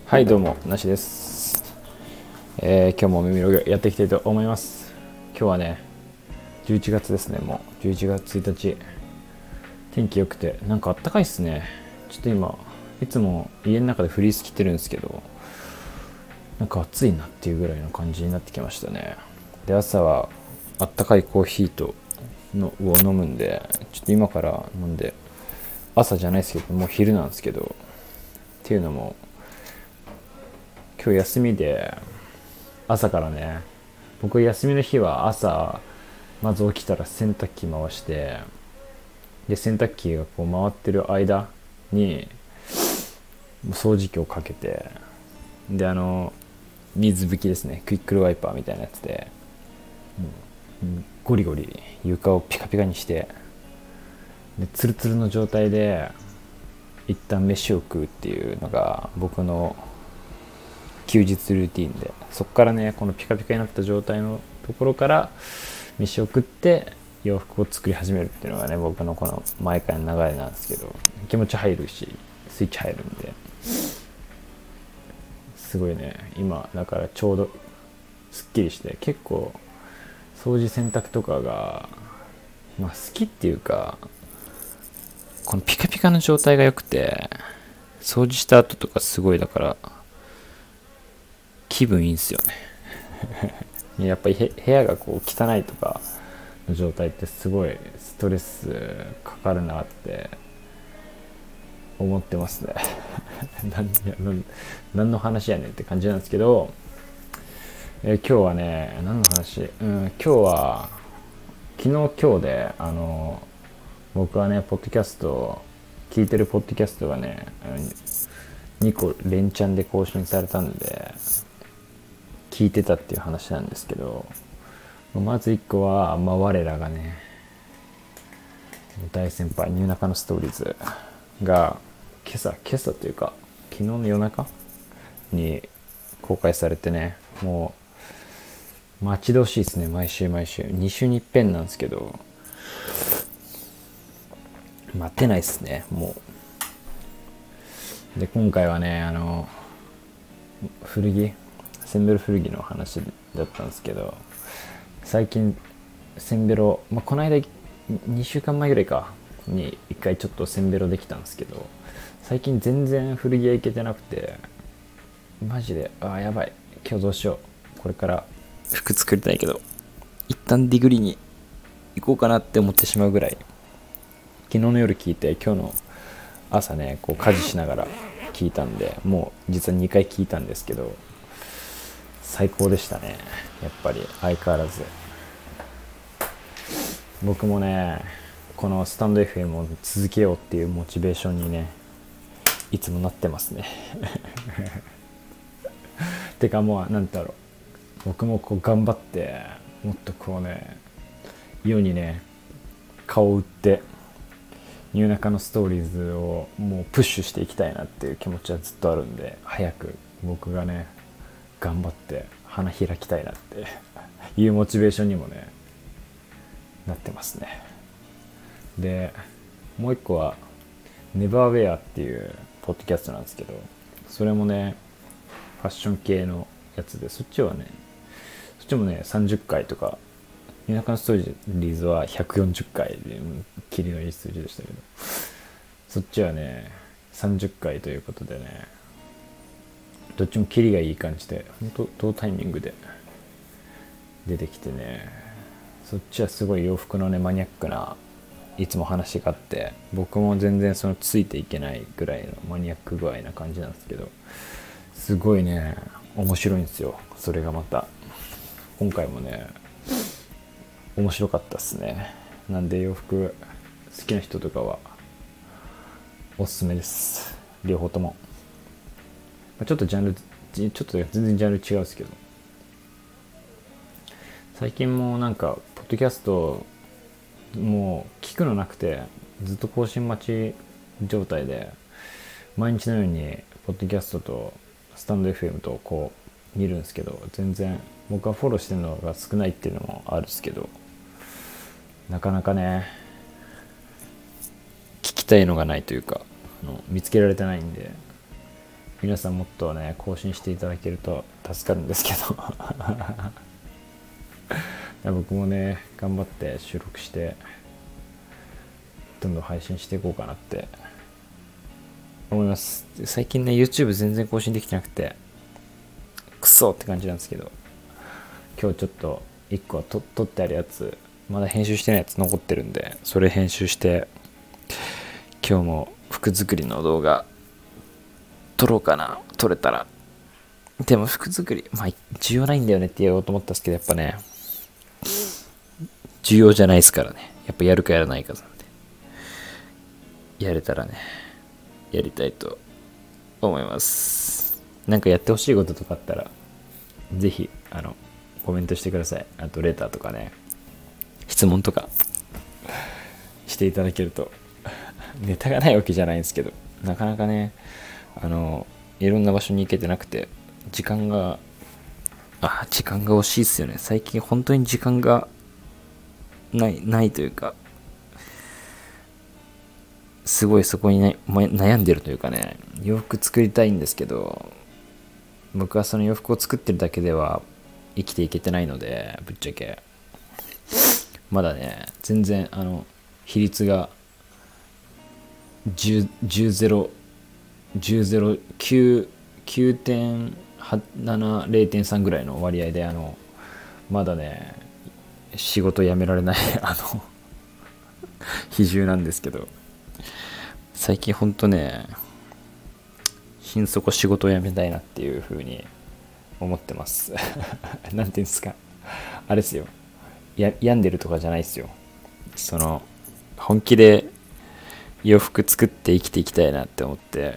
はい、どうもなしです。今日も耳ログやっていきたいと思います。今日はね11月ですね。もう11月1日、天気良くてなんかあったかいっすね。ちょっと今いつも家の中でフリース着てるんですけど、なんか暑いなっていうぐらいの感じになってきましたね。で、朝はあったかいコーヒーを飲むんで、ちょっと今から飲んで、朝じゃないですけどもう昼なんですけど、っていうのも今日休みで、朝からね、僕休みの日は朝まず起きたら洗濯機回して、で洗濯機がこう回ってる間に掃除機をかけて、で水拭きですね、クイックルワイパーみたいなやつでゴリゴリ床をピカピカにして、でツルツルの状態で一旦飯を食うっていうのが僕の休日ルーティンで、そこからねこのピカピカになった状態のところから飯を食って洋服を作り始めるっていうのがね、僕のこの毎回の流れなんですけど、気持ち入るしスイッチ入るんで、すごいね今だからちょうどすっきりして、結構掃除洗濯とかが、好きっていうか、このピカピカの状態が良くて、掃除した後とかすごいだから気分いいんすよね。やっぱり部屋がこう汚いとかの状態ってすごいストレスかかるなって思ってますね。何の話やねんって感じなんですけど、今日はね何の話、今日は昨日今日で僕はねポッドキャスト聞いてるポッドキャストがね2個連チャンで更新されたんで聞いてたっていう話なんですけど、まず1個は、我らがね大先輩ニューナカのストーリーズが今朝というか昨日の夜中に公開されてね、もう待ち遠しいですね。毎週2週に一遍なんですけど、待てないですねもう。で今回はね古着センベロ古着の話だったんですけど、最近センベロ、この間2週間前ぐらいかに1回ちょっとセンベロできたんですけど、最近全然古着屋行けてなくて、マジでやばい、今日どうしよう、これから服作りたいけど一旦ディグリに行こうかなって思ってしまうぐらい、昨日の夜聞いて今日の朝ねこう家事しながら聞いたんで、もう実は2回聞いたんですけど最高でしたね。やっぱり相変わらず僕もねこのスタンド FM を続けようっていうモチベーションにねいつもなってますね。てかもうなんだろう、僕もこう頑張ってもっとこうね世にね顔を売ってニューナカのストーリーズをもうプッシュしていきたいなっていう気持ちはずっとあるんで、早く僕がね頑張って花開きたいなっていうモチベーションにもねなってますね。でもう一個はネバーウェアっていうポッドキャストなんですけど、それもねファッション系のやつで、そっちもね30回とか、ニューナカのストーリーズは140回でキリのいい数字でしたけど、そっちはね30回ということでね、どっちもキリがいい感じで本当同タイミングで出てきてね、そっちはすごい洋服のねマニアックないつも話があって、僕も全然そのついていけないぐらいのマニアック具合な感じなんですけど、すごいね面白いんですよ。それがまた今回もね面白かったっすね。なんで洋服好きな人とかはおすすめです、両方とも。ちょっと全然ジャンル違うんですけど、最近もなんかポッドキャストもう聞くのなくてずっと更新待ち状態で、毎日のようにポッドキャストとスタンド FM とこう見るんですけど、全然僕がフォローしてるのが少ないっていうのもあるんですけど、なかなかね聞きたいのがないというか見つけられてないんで、 皆さんもっとね更新していただけると助かるんですけど僕もね頑張って収録してどんどん配信していこうかなって思います。最近ね YouTube 全然更新できてなくてクソって感じなんですけど、今日ちょっと1個撮ってあるやつまだ編集してないやつ残ってるんで、それ編集して今日も服作りの動画撮ろうかな。撮れたら。でも服作り重要ないんだよねって言おうと思ったんですけど、やっぱね重要じゃないですからね。やっぱやるかやらないかなんで、やれたらねやりたいと思います。なんかやってほしいこととかあったらぜひコメントしてください。あとレターとかね、質問とかしていただけるとネタがないわけじゃないんですけど、なかなかねいろんな場所に行けてなくて時間が惜しいっすよね。最近本当に時間がないというか、すごいそこに、ね、悩んでるというかね、洋服作りたいんですけど、僕はその洋服を作ってるだけでは生きていけてないので、ぶっちゃけまだね全然比率が9.7 0.3 ぐらいの割合でまだね仕事辞められない比重なんですけど、最近ほんとね心底仕事を辞めたいなっていう風に思ってますなんていうんですか、あれですよ、病んでるとかじゃないですよ。本気で洋服作って生きていきたいなって思って、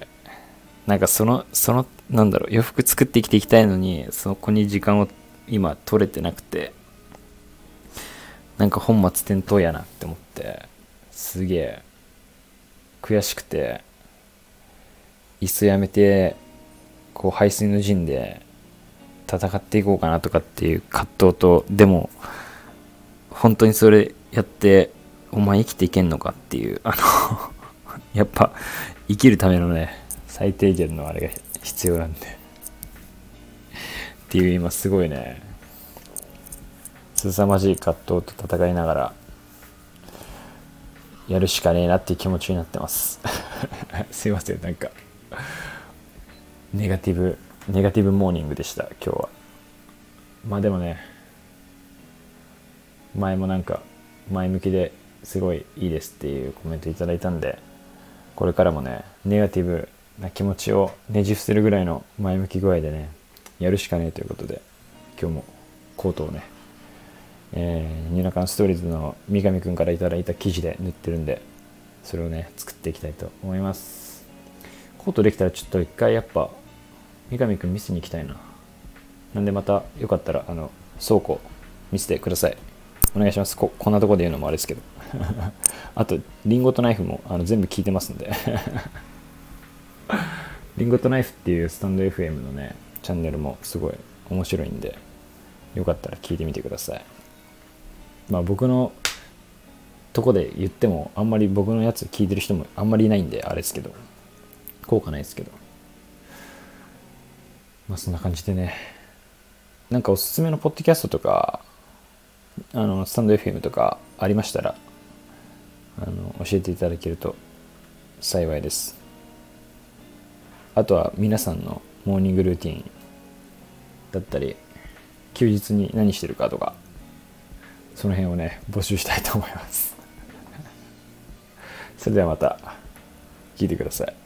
なんかなんだろう、洋服作って生きていきたいのにそこに時間を今取れてなくて、なんか本末転倒やなって思って、すげえ悔しくて、いっそやめてこう背水の陣で戦っていこうかなとかっていう葛藤と、でも本当にそれやってお前生きていけんのかっていうやっぱ生きるためのね最低限のあれが必要なんでっていう、今すごいね凄まじい葛藤と戦いながらやるしかねえなっていう気持ちになってますすいません、なんかネガティブモーニングでした今日は。まあでもね、前もなんか前向きですごいいいですっていうコメントいただいたんで、これからもねネガティブな気持ちをねじ伏せるぐらいの前向き具合でねやるしかねえということで、今日もコートをね、ニューナカンストーリーズの三上くんからいただいた生地で縫ってるんで、それをね作っていきたいと思います。コートできたらちょっと一回やっぱ三上くん見せに行きたいな。なんでまたよかったら倉庫見せてください。お願いします。こんなとこで言うのもあれですけどあとリンゴとナイフも全部聞いてますんでリンゴとナイフっていうスタンド FM のねチャンネルもすごい面白いんで、よかったら聞いてみてください。まあ僕のとこで言ってもあんまり僕のやつ聞いてる人もあんまりいないんであれですけど、効果ないですけど、まあそんな感じでね、なんかおすすめのポッドキャストとかスタンド FM とかありましたら教えていただけると幸いです。あとは皆さんのモーニングルーティンだったり休日に何してるかとか、その辺をね募集したいと思いますそれではまた聞いてください。